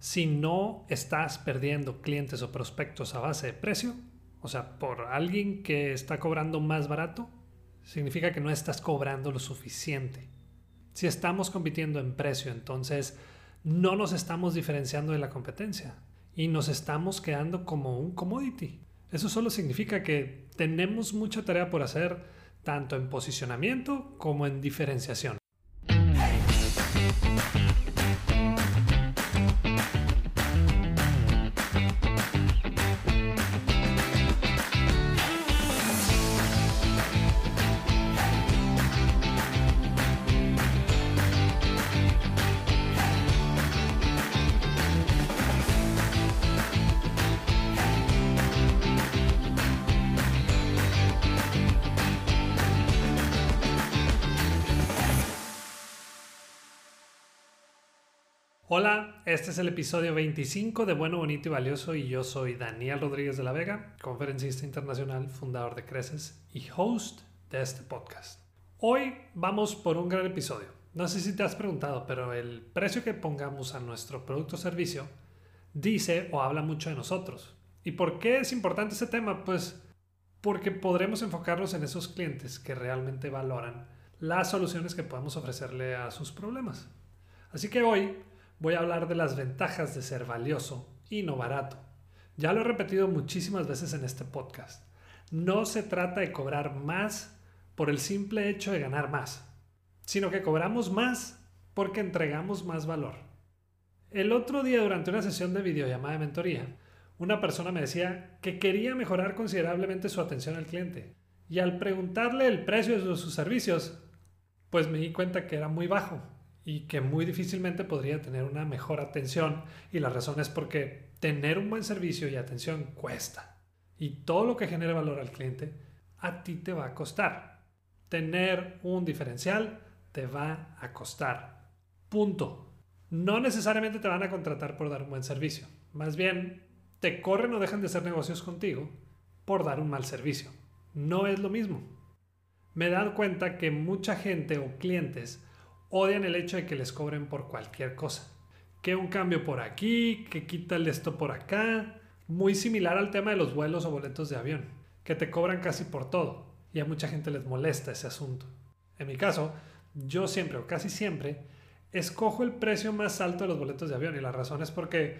Si no estás perdiendo clientes o prospectos a base de precio, o sea, por alguien que está cobrando más barato, significa que no estás cobrando lo suficiente. Si estamos compitiendo en precio, entonces no nos estamos diferenciando de la competencia y nos estamos quedando como un commodity. Eso solo significa que tenemos mucha tarea por hacer, tanto en posicionamiento como en diferenciación. Hola, este es el episodio 25 de Bueno, Bonito y Valioso y yo soy Daniel Rodríguez de la Vega, conferencista internacional, fundador de Creces y host de este podcast. Hoy vamos por un gran episodio. No sé si te has preguntado, pero el precio que pongamos a nuestro producto o servicio dice o habla mucho de nosotros. ¿Y por qué es importante ese tema? Pues porque podremos enfocarnos en esos clientes que realmente valoran las soluciones que podemos ofrecerle a sus problemas. Así que hoy voy a hablar de las ventajas de ser valioso y no barato. Ya lo he repetido muchísimas veces en este podcast. No se trata de cobrar más por el simple hecho de ganar más, sino que cobramos más porque entregamos más valor. El otro día, durante una sesión de videollamada de mentoría, una persona me decía que quería mejorar considerablemente su atención al cliente. Y al preguntarle el precio de sus servicios, pues me di cuenta que era muy bajo y que muy difícilmente podría tener una mejor atención, y la razón es porque tener un buen servicio y atención cuesta, y todo lo que genere valor al cliente a ti te va a costar. Tener un diferencial te va a costar. Punto. No necesariamente te van a contratar por dar un buen servicio, más bien te corren o dejan de hacer negocios contigo por dar un mal servicio. No es lo mismo. Me he dado cuenta que mucha gente o clientes odian el hecho de que les cobren por cualquier cosa. Que un cambio por aquí, que quítale esto por acá. Muy similar al tema de los vuelos o boletos de avión, que te cobran casi por todo. Y a mucha gente les molesta ese asunto. En mi caso, yo siempre o casi siempre escojo el precio más alto de los boletos de avión. Y la razón es porque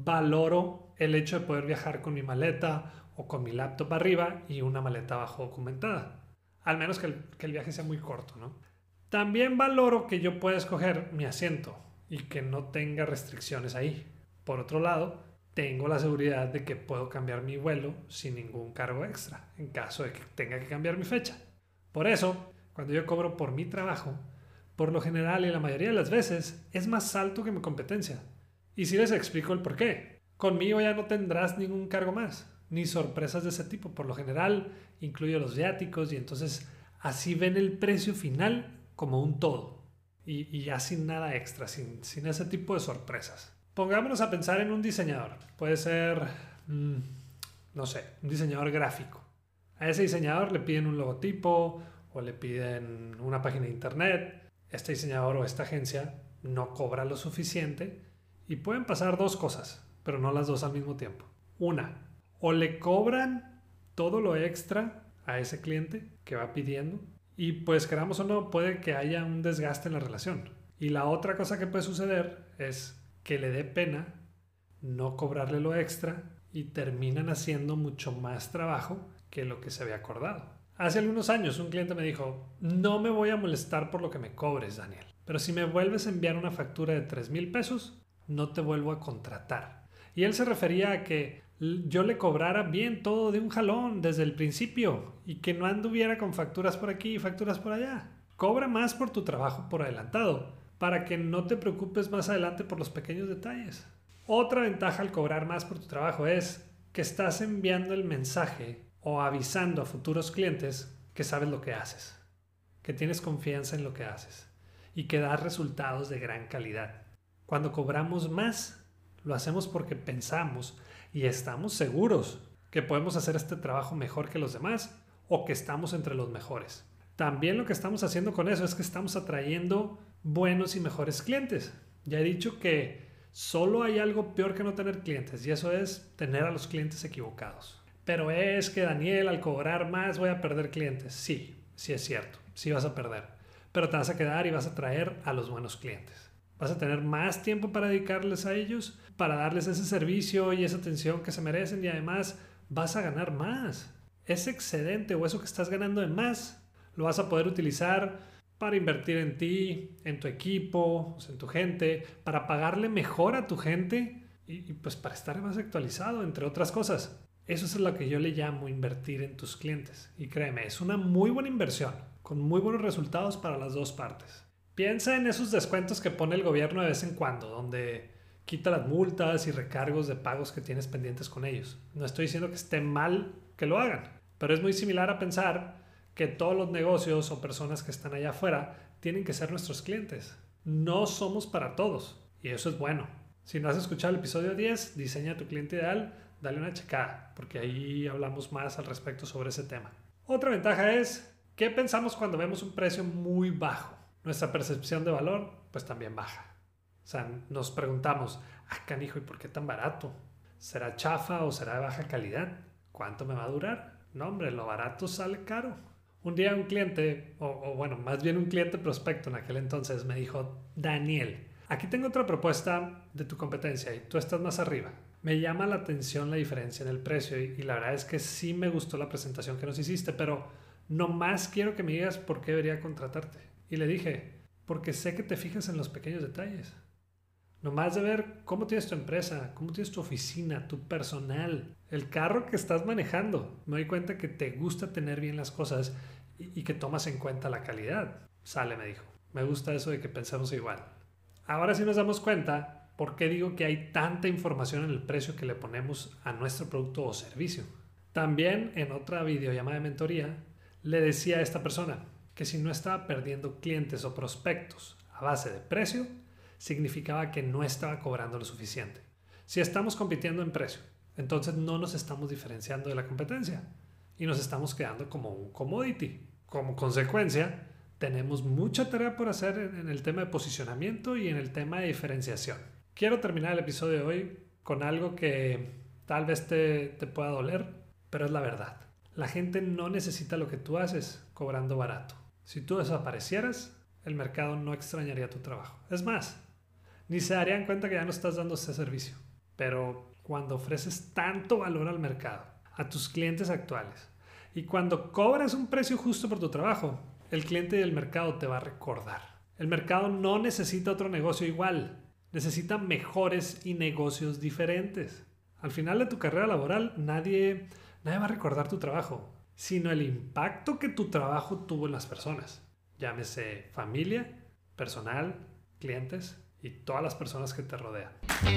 valoro el hecho de poder viajar con mi maleta o con mi laptop arriba y una maleta abajo documentada. Al menos que el viaje sea muy corto, ¿no? También valoro que yo pueda escoger mi asiento y que no tenga restricciones ahí. Por otro lado, tengo la seguridad de que puedo cambiar mi vuelo sin ningún cargo extra en caso de que tenga que cambiar mi fecha. Por eso, cuando yo cobro por mi trabajo, por lo general y la mayoría de las veces es más alto que mi competencia. Y si les explico el por qué. Conmigo ya no tendrás ningún cargo más, ni sorpresas de ese tipo. Por lo general, incluyo los viáticos y entonces así ven el precio final como un todo y ya sin nada extra, sin ese tipo de sorpresas. Pongámonos a pensar en un diseñador. Puede ser, no sé, un diseñador gráfico. A ese diseñador le piden un logotipo o le piden una página de internet. Este diseñador o esta agencia no cobra lo suficiente y pueden pasar dos cosas, pero no las dos al mismo tiempo. Una, o le cobran todo lo extra a ese cliente que va pidiendo, y pues queramos o no, puede que haya un desgaste en la relación. Y la otra cosa que puede suceder es que le dé pena no cobrarle lo extra y terminan haciendo mucho más trabajo que lo que se había acordado. Hace algunos años un cliente me dijo: no me voy a molestar por lo que me cobres, Daniel, pero si me vuelves a enviar una factura de 3,000 pesos, no te vuelvo a contratar. Y él se refería a que yo le cobrara bien todo de un jalón desde el principio y que no anduviera con facturas por aquí y facturas por allá. Cobra más por tu trabajo por adelantado para que no te preocupes más adelante por los pequeños detalles. Otra ventaja al cobrar más por tu trabajo es que estás enviando el mensaje o avisando a futuros clientes que sabes lo que haces, que tienes confianza en lo que haces y que das resultados de gran calidad. Cuando cobramos más, lo hacemos porque pensamos y estamos seguros que podemos hacer este trabajo mejor que los demás o que estamos entre los mejores. También lo que estamos haciendo con eso es que estamos atrayendo buenos y mejores clientes. Ya he dicho que Solo hay algo peor que no tener clientes y eso es tener a los clientes equivocados. Pero es que Daniel, al cobrar más voy a perder clientes. Sí, sí es cierto, sí vas a perder. Pero te vas a quedar y vas a traer a los buenos clientes. Vas a tener más tiempo para dedicarles a ellos, para darles ese servicio y esa atención que se merecen y además vas a ganar más. Ese excedente o eso que estás ganando de más lo vas a poder utilizar para invertir en ti, en tu equipo, en tu gente, para pagarle mejor a tu gente y pues para estar más actualizado, entre otras cosas. Eso es lo que yo le llamo invertir en tus clientes. Y créeme, es una muy buena inversión, con muy buenos resultados para las dos partes. Piensa en esos descuentos que pone el gobierno de vez en cuando, donde quita las multas y recargos de pagos que tienes pendientes con ellos. No estoy diciendo que esté mal que lo hagan, pero es muy similar a pensar que todos los negocios o personas que están allá afuera tienen que ser nuestros clientes. No somos para todos y eso es bueno. Si no has escuchado el episodio 10, Diseña tu cliente ideal, dale una checada, porque ahí hablamos más al respecto sobre ese tema. Otra ventaja es, ¿qué pensamos cuando vemos un precio muy bajo? Nuestra percepción de valor, pues también baja. O sea, nos preguntamos, canijo, ¿y por qué tan barato? ¿Será chafa o será de baja calidad? ¿Cuánto me va a durar? No, hombre, lo barato sale caro. Un día un cliente, bueno, más bien un cliente prospecto en aquel entonces me dijo, Daniel, aquí tengo otra propuesta de tu competencia y tú estás más arriba. Me llama la atención la diferencia en el precio y la verdad es que sí me gustó la presentación que nos hiciste, pero nomás quiero que me digas por qué debería contratarte. Y le dije, porque sé que te fijas en los pequeños detalles. Nomás de ver cómo tienes tu empresa, cómo tienes tu oficina, tu personal, el carro que estás manejando. Me doy cuenta que te gusta tener bien las cosas y que tomas en cuenta la calidad. Sale, me dijo. Me gusta eso de que pensamos igual. Ahora sí nos damos cuenta por qué digo que hay tanta información en el precio que le ponemos a nuestro producto o servicio. También en otra videollamada de mentoría le decía a esta persona que si no estaba perdiendo clientes o prospectos a base de precio, significaba que no estaba cobrando lo suficiente. Si estamos compitiendo en precio, entonces no nos estamos diferenciando de la competencia y nos estamos quedando como un commodity. Como consecuencia, tenemos mucha tarea por hacer en el tema de posicionamiento y en el tema de diferenciación. Quiero terminar el episodio de hoy con algo que tal vez te pueda doler, pero es la verdad. La gente no necesita lo que tú haces cobrando barato. Si tú desaparecieras, el mercado no extrañaría tu trabajo. Es más, ni se darían cuenta que ya no estás dando ese servicio. Pero cuando ofreces tanto valor al mercado, a tus clientes actuales, y cuando cobras un precio justo por tu trabajo, el cliente y el mercado te va a recordar. El mercado no necesita otro negocio igual, necesita mejores y negocios diferentes. Al final de tu carrera laboral, nadie va a recordar tu trabajo, sino el impacto que tu trabajo tuvo en las personas. Llámese familia, personal, clientes y todas las personas que te rodean.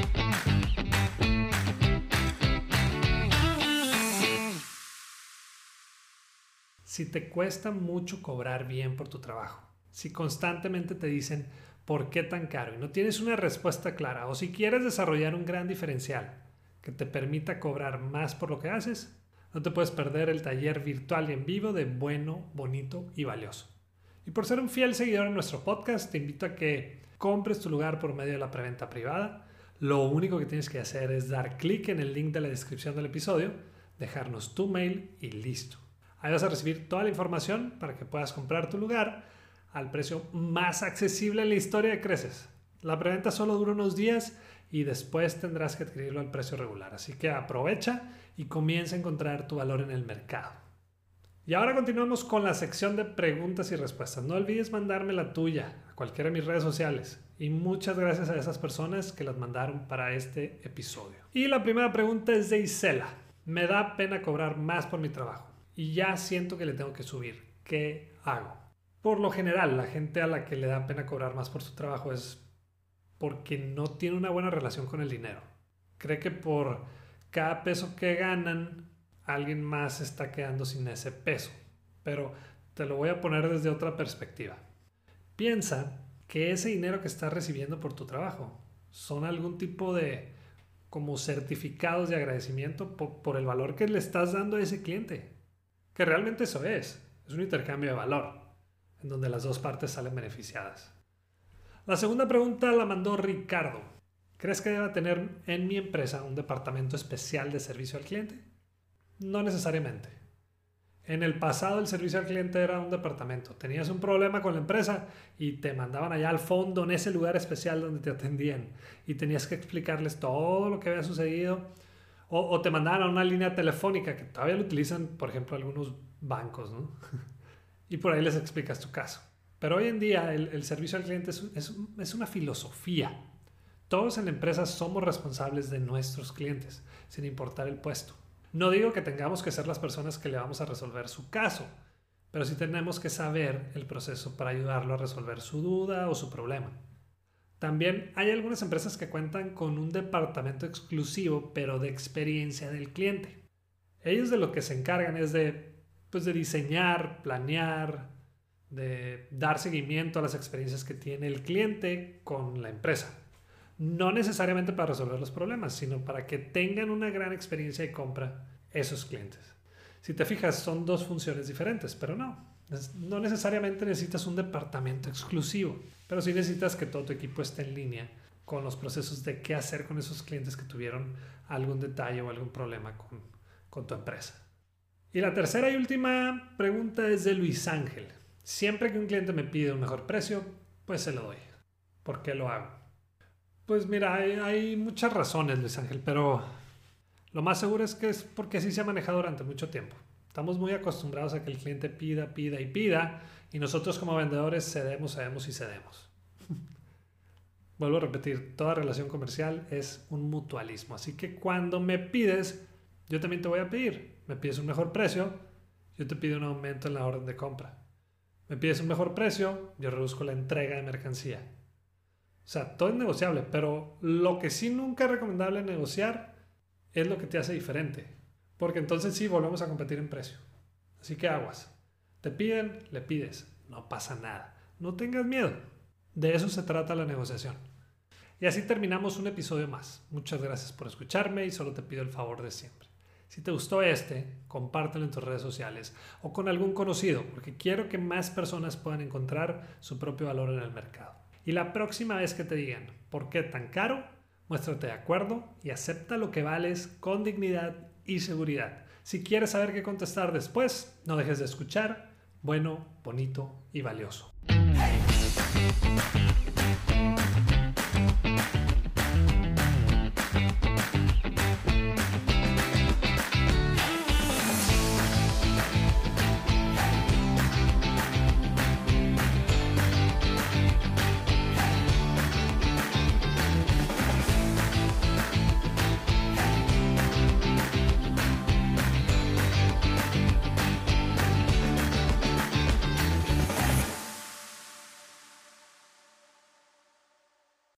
Si te cuesta mucho cobrar bien por tu trabajo, si constantemente te dicen ¿por qué tan caro? Y no tienes una respuesta clara, o si quieres desarrollar un gran diferencial que te permita cobrar más por lo que haces, no te puedes perder el taller virtual y en vivo de Bueno, Bonito y Valioso. Y por ser un fiel seguidor en nuestro podcast, te invito a que compres tu lugar por medio de la preventa privada. Lo único que tienes que hacer es dar clic en el link de la descripción del episodio, dejarnos tu mail y listo. Ahí vas a recibir toda la información para que puedas comprar tu lugar al precio más accesible en la historia de Creces. La preventa solo dura unos días y después tendrás que adquirirlo al precio regular. Así que aprovecha y comienza a encontrar tu valor en el mercado. Y ahora continuamos con la sección de preguntas y respuestas. No olvides mandarme la tuya a cualquiera de mis redes sociales. Y muchas gracias a esas personas que las mandaron para este episodio. Y la primera pregunta es de Isela. Me da pena cobrar más por mi trabajo y ya siento que le tengo que subir. ¿Qué hago? Por lo general, la gente a la que le da pena cobrar más por su trabajo es porque no tiene una buena relación con el dinero. Cree que por cada peso que ganan, alguien más está quedando sin ese peso. Pero te lo voy a poner desde otra perspectiva. Piensa que ese dinero que estás recibiendo por tu trabajo son algún tipo de como certificados de agradecimiento por el valor que le estás dando a ese cliente. Que realmente eso es un intercambio de valor, en donde las dos partes salen beneficiadas. La segunda pregunta la mandó Ricardo ¿Crees que deba tener en mi empresa un departamento especial de servicio al cliente? No necesariamente. En el pasado el servicio al cliente era un departamento. Tenías un problema con la empresa y te mandaban allá al fondo en ese lugar especial donde te atendían y tenías que explicarles todo lo que había sucedido o te mandaban a una línea telefónica que todavía lo utilizan, por ejemplo, algunos bancos, ¿no? Y por ahí les explicas tu caso. Pero hoy en día el servicio al cliente es una filosofía. Todos en la empresa somos responsables de nuestros clientes, sin importar el puesto. No digo que tengamos que ser las personas que le vamos a resolver su caso, pero sí tenemos que saber el proceso para ayudarlo a resolver su duda o su problema. También hay algunas empresas que cuentan con un departamento exclusivo, pero de experiencia del cliente. Ellos de lo que se encargan es de diseñar, planear, de dar seguimiento a las experiencias que tiene el cliente con la empresa. No necesariamente para resolver los problemas, sino para que tengan una gran experiencia de compra esos clientes. Si te fijas, son dos funciones diferentes, pero no necesariamente necesitas un departamento exclusivo, pero sí necesitas que todo tu equipo esté en línea con los procesos de qué hacer con esos clientes que tuvieron algún detalle o algún problema con tu empresa. Y la tercera y última pregunta es de Luis Ángel. Siempre que un cliente me pide un mejor precio, pues se lo doy. ¿Por qué lo hago? Pues mira, hay muchas razones, Luis Ángel, pero lo más seguro es que es porque así se ha manejado durante mucho tiempo. Estamos muy acostumbrados a que el cliente pida y nosotros como vendedores cedemos y cedemos. Vuelvo a repetir, toda relación comercial es un mutualismo, así que cuando me pides, yo también te voy a pedir. Me pides un mejor precio, yo te pido un aumento en la orden de compra. Me pides un mejor precio, yo reduzco la entrega de mercancía. O sea, todo es negociable, pero lo que sí nunca es recomendable negociar es lo que te hace diferente. Porque entonces sí volvemos a competir en precio. Así que aguas. Te piden, le pides. No pasa nada. No tengas miedo. De eso se trata la negociación. Y así terminamos un episodio más. Muchas gracias por escucharme y solo te pido el favor de siempre. Si te gustó compártelo en tus redes sociales o con algún conocido, porque quiero que más personas puedan encontrar su propio valor en el mercado. Y la próxima vez que te digan ¿por qué tan caro? Muéstrate de acuerdo y acepta lo que vales con dignidad y seguridad. Si quieres saber qué contestar después, no dejes de escuchar Bueno, Bonito y Valioso.